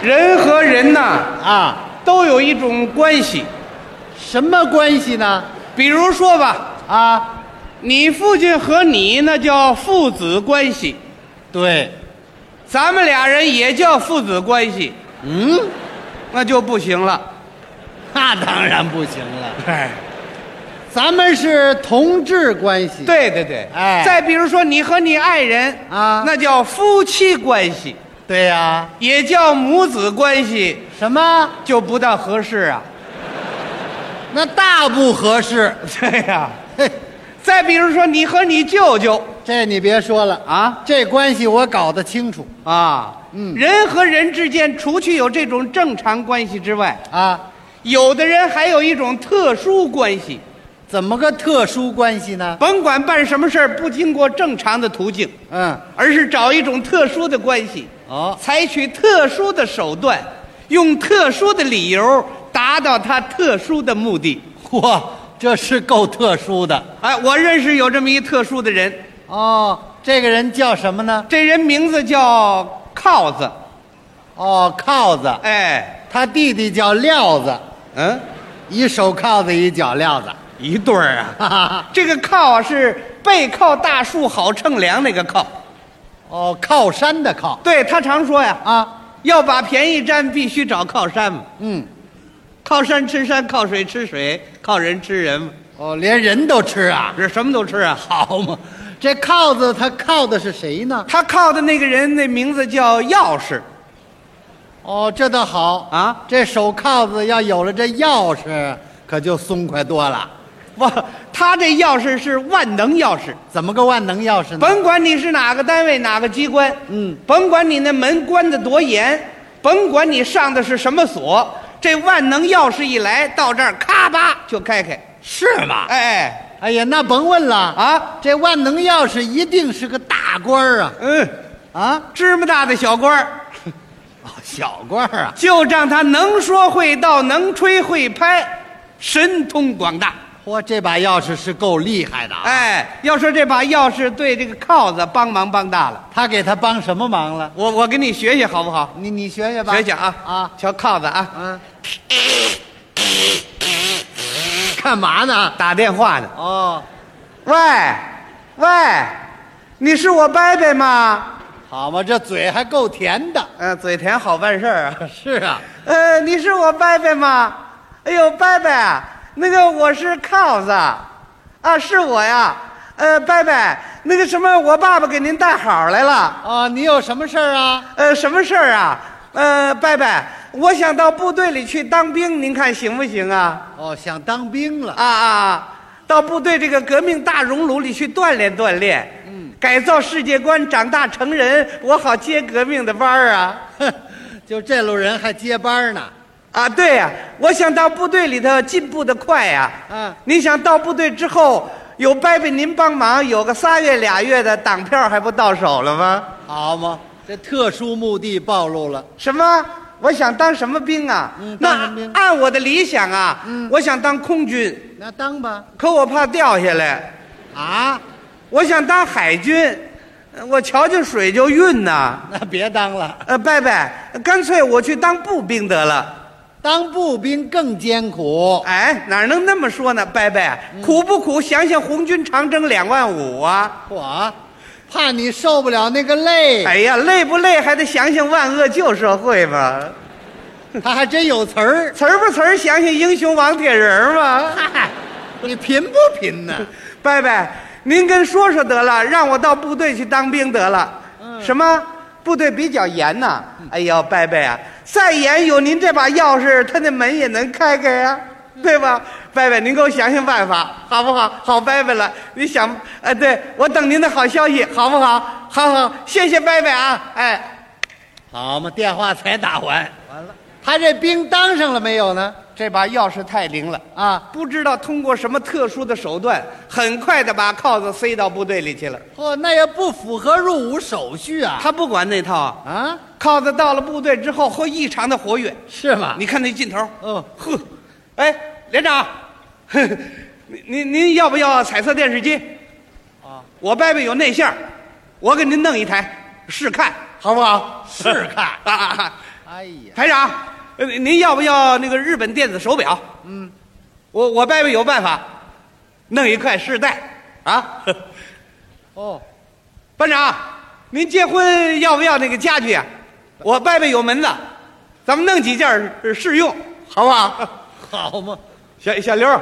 人和人呐，都有一种关系。 什么关系呢？ 比如说吧，你父亲和你那叫父子关系， 对， 咱们俩人也叫父子关系，那就不行了。 那当然不行了。 哎， 咱们是同志关系。 对对对， 哎， 再比如说你和你爱人那叫夫妻关系。 对呀， 也叫母子关系。 什么？ 就不大合适啊。 那大不合适。 对呀，再比如说你和你舅舅， 这你别说了啊，这关系我搞得清楚啊。人和人之间，除去有这种正常关系之外有的人还有一种特殊关系。 怎么个特殊关系呢？ 甭管办什么事儿，不经过正常的途径，而是找一种特殊的关系，采取特殊的手段，用特殊的理由达到他特殊的目的。 嚯，这是够特殊的。 哎，我认识有这么一特殊的人。 这个人叫什么呢？ 这人名字叫靠子。 靠子。 哎， 他弟弟叫撂子。一手铐子，一脚镣子， 一对儿啊。这个靠是背靠大树好乘凉那个靠。 靠山的靠。 对，他常说呀，要把便宜占，必须找靠山嘛。靠山吃山，靠水吃水，靠人吃人嘛。 连人都吃啊？ 这什么都吃啊？ 好嘛，这靠子他靠的是谁呢？ 他靠的那个人那名字叫钥匙。 这倒好啊！这手铐子要有了这钥匙，可就松快多了。 他这钥匙是万能钥匙。 怎么个万能钥匙呢？ 甭管你是哪个单位哪个机关，甭管你那门关得多严，甭管你上的是什么锁，这万能钥匙一来到这儿，咔吧就开开。 是吗？ 哎呀，那甭问了啊！这万能钥匙一定是个大官啊！ 芝麻大的小官儿。 小官啊， 就让他能说会道，能吹会拍，神通广大。 这把钥匙是够厉害的啊！ 要说这把钥匙对这个靠子帮忙帮大了。 他给他帮什么忙了？ 我给你学学好不好？ 你学学吧。 学学啊！瞧靠子啊！ 干嘛呢？ 打电话呢。喂，你是我伯伯吗？ 好嘛，这嘴还够甜的。 嘴甜好办事儿啊。 是啊。 你是我伯伯吗？哎呦，伯伯，那个我是靠子，是我呀。伯伯，那个什么，我爸爸给您带好来了。 你有什么事儿啊？ 什么事儿啊？伯伯，我想到部队里去当兵，您看行不行啊？ 想当兵了到部队这个革命大熔炉里去锻炼锻炼。改造世界观，长大成人，我好接革命的班儿啊！ 就这路人还接班呢？ 对呀，我想到部队里头进步的快呀。您想到部队之后，有伯伯您帮忙，有个3月2月的党票还不到手了吗？ 好嘛，这特殊目的暴露了。 什么？我想当什么兵啊？那按我的理想啊，我想当空军。 那当吧。 可我怕掉下来。我想当海军，我瞧见水就晕呐。 那别当了。 伯伯，干脆我去当步兵得了。 当步兵更艰苦。 哪能那么说呢？伯伯，苦不苦？想想红军长征25000啊！ 我怕你受不了那个累。 哎呀，累不累还得想想万恶旧社会嘛。 他还真有词儿， 词儿不词儿？想想英雄王铁人嘛。 你贫不贫呢？ 伯伯。您跟说得了，让我到部队去当兵得了。什么？部队比较严呐。哎呦，伯伯啊，再严有您这把钥匙，他那门也能开开呀，对吧？伯伯，您给我想想办法，好不好？好，伯伯了。你想，对，我等您的好消息，好不好？好，谢谢伯伯啊。 好嘛，电话才打完了，他这兵当上了没有呢？ 这把钥匙太灵了不知道通过什么特殊的手段，很快的把铐子塞到部队里去了。 那也不符合入伍手续啊。 他不管那套铐子到了部队之后，异常的活跃。 是吗？ 你看那劲头。连长，您要不要彩色电视机？我伯伯有内线，我给您弄一台试看，好不好？ 试看哎呀， 台长，您要不要那个日本电子手表？我伯伯有办法，弄一块试戴啊。 哦， 班长，您结婚要不要那个家具啊？我伯伯有门子，咱们弄几件试用，好不好？ 好嘛， 小刘，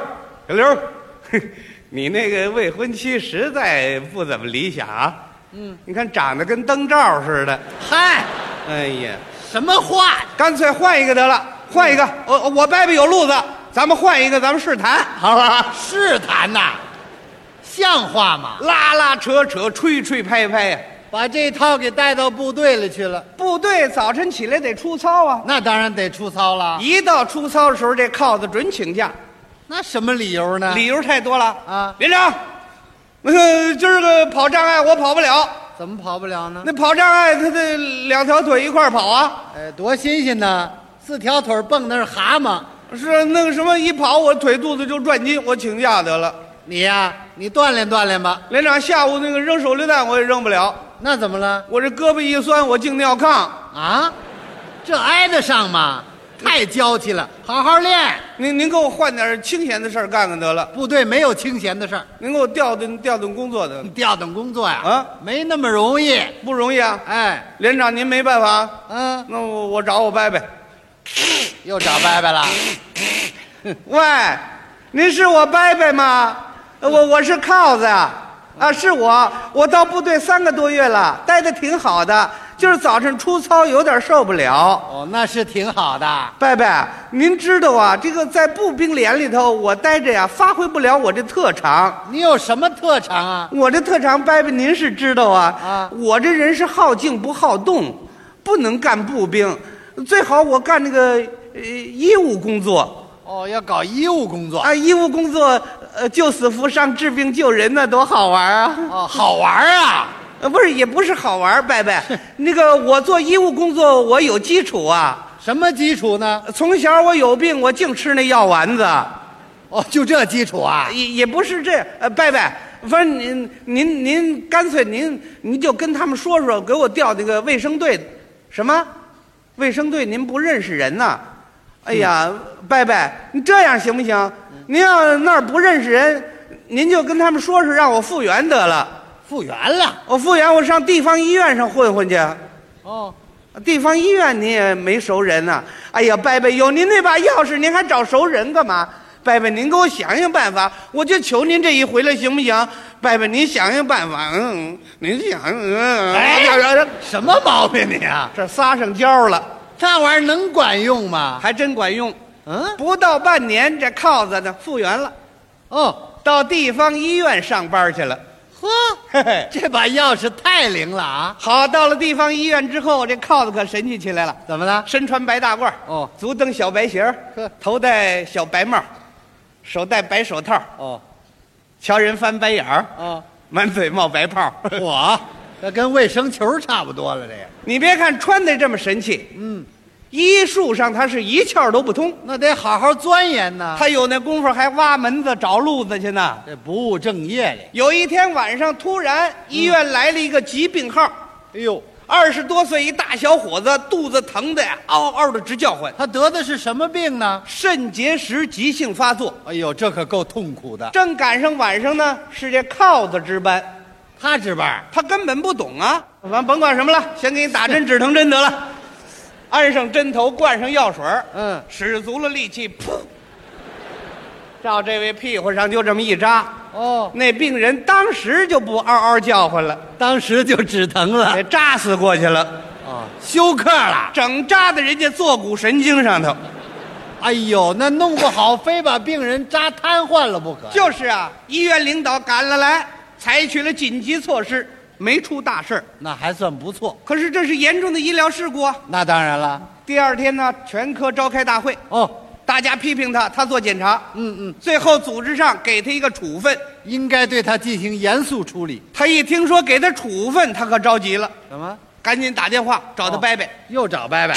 你那个未婚妻实在不怎么理想啊。你看长得跟灯罩似的。 嗨， 哎呀， 什么话？ 干脆换一个得了，换一个。我伯伯有路子，咱们换一个，咱们试谈，好不好？ 试谈呐，像话吗？ 拉拉扯扯，吹吹拍拍呀。 把这套给带到部队里去了。 部队早晨起来得出操啊， 那当然得出操了。 一到出操的时候，这铐子准请假。 那什么理由呢？ 理由太多了啊！ 连长，那个今儿个跑障碍我跑不了。 怎么跑不了呢？ 那跑障碍他得2条腿一块跑啊。 哎，多新鲜呐！4条腿蹦的是蛤蟆。 是那个什么，一跑我腿肚子就转筋，我请假得了。 你呀，你锻炼锻炼吧。 连长，下午那个扔手榴弹我也扔不了。 那怎么了？ 我这胳膊一酸，我净尿炕啊！这挨得上吗？太娇气了，好好练。 您给我换点清闲的事儿干干得了。 部队没有清闲的事儿， 您给我调动工作的。 调动工作呀？ 啊， 没那么容易， 不容易啊。 哎， 连长您没办法。那我找我伯伯。 又找伯伯了。 喂，您是我伯伯吗？我是铐子呀。是我到部队3个多月了，待得挺好的，就是早晨出操有点受不了。 哦，那是挺好的。 伯伯，您知道啊，这个在步兵连里头我待着呀，发挥不了我这特长。 你有什么特长啊？ 我这特长，伯伯您是知道啊。我这人是好静不好动，不能干步兵，最好我干那个医务工作。 哦，要搞医务工作啊！医务工作，救死扶伤、治病救人呢，多好玩啊！ 哦，好玩啊！ 不是，也不是好玩，伯伯。那个我做医务工作，我有基础啊。 什么基础呢？ 从小我有病，我净吃那药丸子。 哦，就这基础啊？ 也不是这，伯伯，反正您干脆您就跟他们说说，给我调那个卫生队。什么？卫生队？您不认识人呐？哎呀，伯伯，你这样行不行？您要那儿不认识人，您就跟他们说让我复员得了。 复员了？ 我复员，我上地方医院上混混去。 哦， 地方医院你也没熟人呐。哎呀，伯伯，有您那把钥匙，您还找熟人干嘛？伯伯，您给我想想办法，我就求您这一回来行不行？伯伯，您想想办法。您想。 哎，什么毛病你啊？ 这撒上胶了。 这玩意儿能管用吗？ 还真管用。不到半年，这铐子呢复原了。 哦， 到地方医院上班去了。 呵，这把钥匙太灵了啊！ 好，到了地方医院之后，这铐子可神气起来了。 怎么了？ 身穿白大褂，足蹬小白鞋，头戴小白帽，手戴白手套。瞧人翻白眼儿。满嘴冒白泡。 嚯，这跟卫生球差不多了。这个你别看穿的这么神气，医术上他是一窍都不通， 那得好好钻研呢。 他有那功夫还挖门子找路子去呢， 这不务正业哩。 有一天晚上，突然医院来了一个急病号。 哎呦 ，20多岁一大小伙子，肚子疼的呀，嗷嗷的直叫唤。 他得的是什么病呢？ 肾结石急性发作。 哎呦，这可够痛苦的。 正赶上晚上呢，是这铐子值班。 他值班， 他根本不懂啊。咱甭管什么了，先给你打针止疼针得了。安上针头，灌上药水，使足了力气，噗，照这位屁股上就这么一扎。那病人当时就不嗷嗷叫唤了， 当时就止疼了， 给扎死过去了。 休克了， 整扎在人家坐骨神经上头。 哎呦，那弄不好非把病人扎瘫痪了不可。 就是啊，医院领导赶了来，采取了紧急措施，没出大事， 那还算不错。 可是这是严重的医疗事故啊！ 那当然了。 第二天呢，全科召开大会。大家批评他，他做检查。最后组织上给他一个处分， 应该对他进行严肃处理。 他一听说给他处分，他可着急了。 怎么？ 赶紧打电话找他伯伯。 又找伯伯。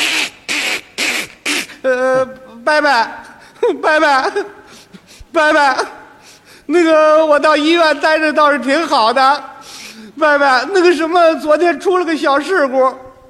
伯伯，那个我到医院待着倒是挺好的。伯伯，那个什么，昨天出了个小事故，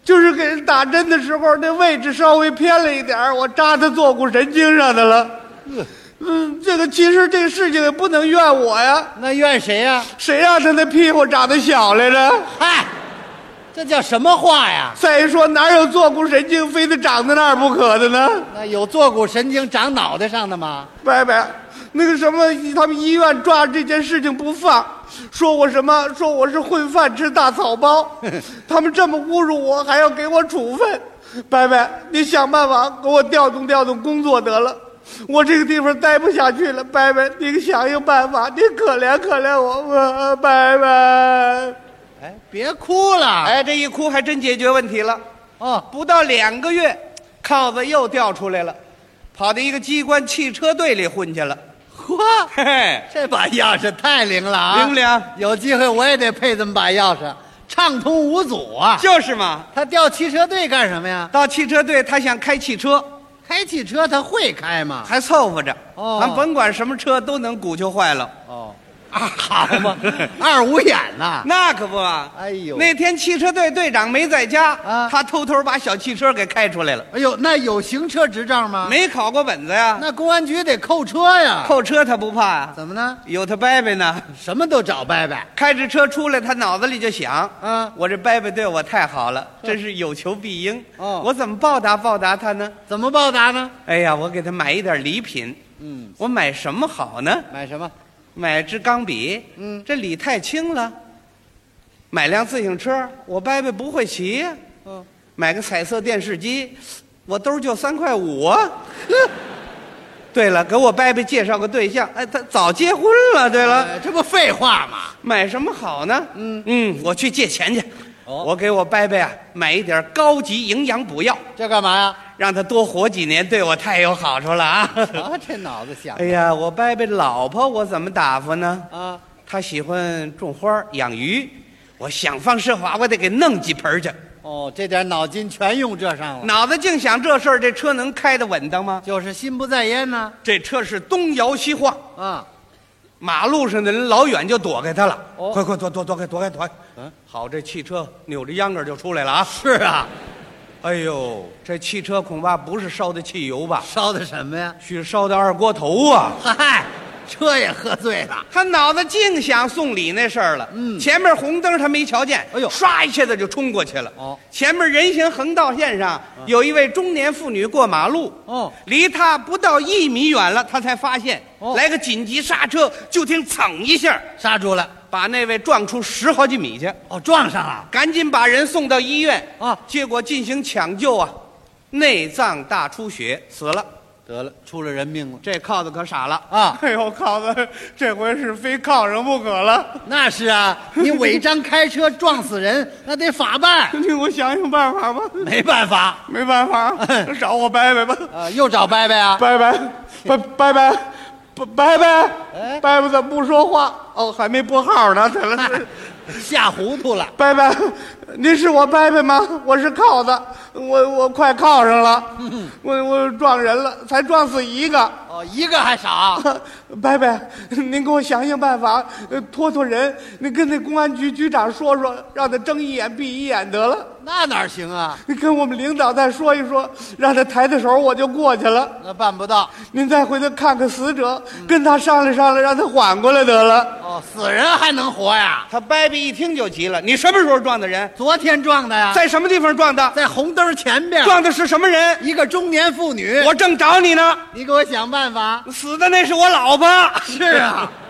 就是给人打针的时候，那位置稍微偏了一点儿，我扎他坐骨神经上的了。这个其实这个事情也不能怨我呀， 那怨谁呀？ 谁让他那屁股长得小来着？ 嗨，这叫什么话呀？ 再一说，哪有坐骨神经非得长在那儿不可的呢？ 那有坐骨神经长脑袋上的吗？ 伯伯，那个什么，他们医院抓这件事情不放，说我什么？说我是混饭吃大草包，他们这么侮辱我，还要给我处分。伯伯，你想办法给我调动调动工作得了。我这个地方待不下去了，伯伯，你想想办法，你可怜可怜我吧，伯伯。 哎，别哭了。 哎，这一哭还真解决问题了。 哦， 不到2个月，铐子又调出来了，跑到一个机关汽车队里混去了。 嚯， 嘿嘿， 这把钥匙太灵了啊！ 灵不灵？ 有机会我也得配这么把钥匙，畅通无阻啊！ 就是嘛。 他调汽车队干什么呀？ 到汽车队，他想开汽车， 开汽车他会开吗？ 还凑合着。 哦咱甭管什么车都能鼓秋坏了。 哦，啊，好嘛，二五眼呐！ 那可不啊！ 哎呦， 那天汽车队队长没在家， 啊他偷偷把小汽车给开出来了。 哎呦，那有行车执照吗？ 没考过本子呀？ 那公安局得扣车呀。 扣车他不怕呀？ 怎么呢？ 有他伯伯呢。 什么都找伯伯。 开着车出来，他脑子里就想：我这伯伯对我太好了，真是有求必应。 哦我怎么报答他呢？ 怎么报答呢？ 哎呀，我给他买一点礼品。我买什么好呢？ 买什么？ 买支钢笔。这礼太轻了。买辆自行车，我伯伯不会骑呀。买个彩色电视机，我兜就3.5块啊。对了，给我伯伯介绍个对象，哎，他早结婚了。对了， 这不废话吗？ 买什么好呢？我去借钱去。 哦我给我伯伯呀买一点高级营养补药， 这干嘛呀？ 让他多活几年，对我太有好处了啊！ 啊，这脑子想。 哎呀，我伯伯老婆我怎么打发呢？ 啊， 他喜欢种花养鱼，我想方设法我得给弄几盆去。 哦，这点脑筋全用这上了。 脑子净想这事儿，这车能开得稳当吗？ 就是心不在焉呢。 这车是东摇西晃， 啊， 马路上的人老远就躲开他了。 哦快躲开！好，这汽车扭着秧歌就出来了啊！ 是啊， 哎呦，这汽车恐怕不是烧的汽油吧？ 烧的什么呀？ 是烧的二锅头啊！ 嗨，车也喝醉了。 他脑子净想送礼那事儿了。前面红灯他没瞧见， 哎呦唰一下子就冲过去了。 哦， 前面人行横道线上有一位中年妇女过马路。 哦， 离他不到1米远了，他才发现， 哦来个紧急刹车，就听噌一下， 刹住了。 把那位撞出10好几米去。 哦，撞上了。 赶紧把人送到医院啊， 结果进行抢救啊，内脏大出血死了。 得了，出了人命了。 这铐子可傻了啊！ 哎呦，铐子，这回是非铐上不可了。 那是啊，你违章开车撞死人，那得法办。 你给我想想办法吧。 没办法。 没办法，找我伯伯吧。 又找伯伯啊？ 伯伯怎么不说话？哦，还没拨号呢。得了， 吓糊涂了。 伯伯，您是我伯伯吗？我是铐子，我快铐上了。我撞人了，才撞死1个。 哦，1个还少。 伯伯，您给我想想办法，拖人。你跟那公安局局长说说，让他睁一眼闭一眼得了。 那哪行啊？ 你跟我们领导再说一说，让他抬抬手，我就过去了。 那办不到。 您再回头看看死者，跟他商量商量，让他缓过来得了。 哦，死人还能活呀？ 他伯伯一听就急了：“你什么时候撞的人？ 昨天撞的呀。 在什么地方撞的？ 在红灯前边。 撞的是什么人？ 一个中年妇女。 我正找你呢。 你给我想办法。 死的那是我老婆。 是啊。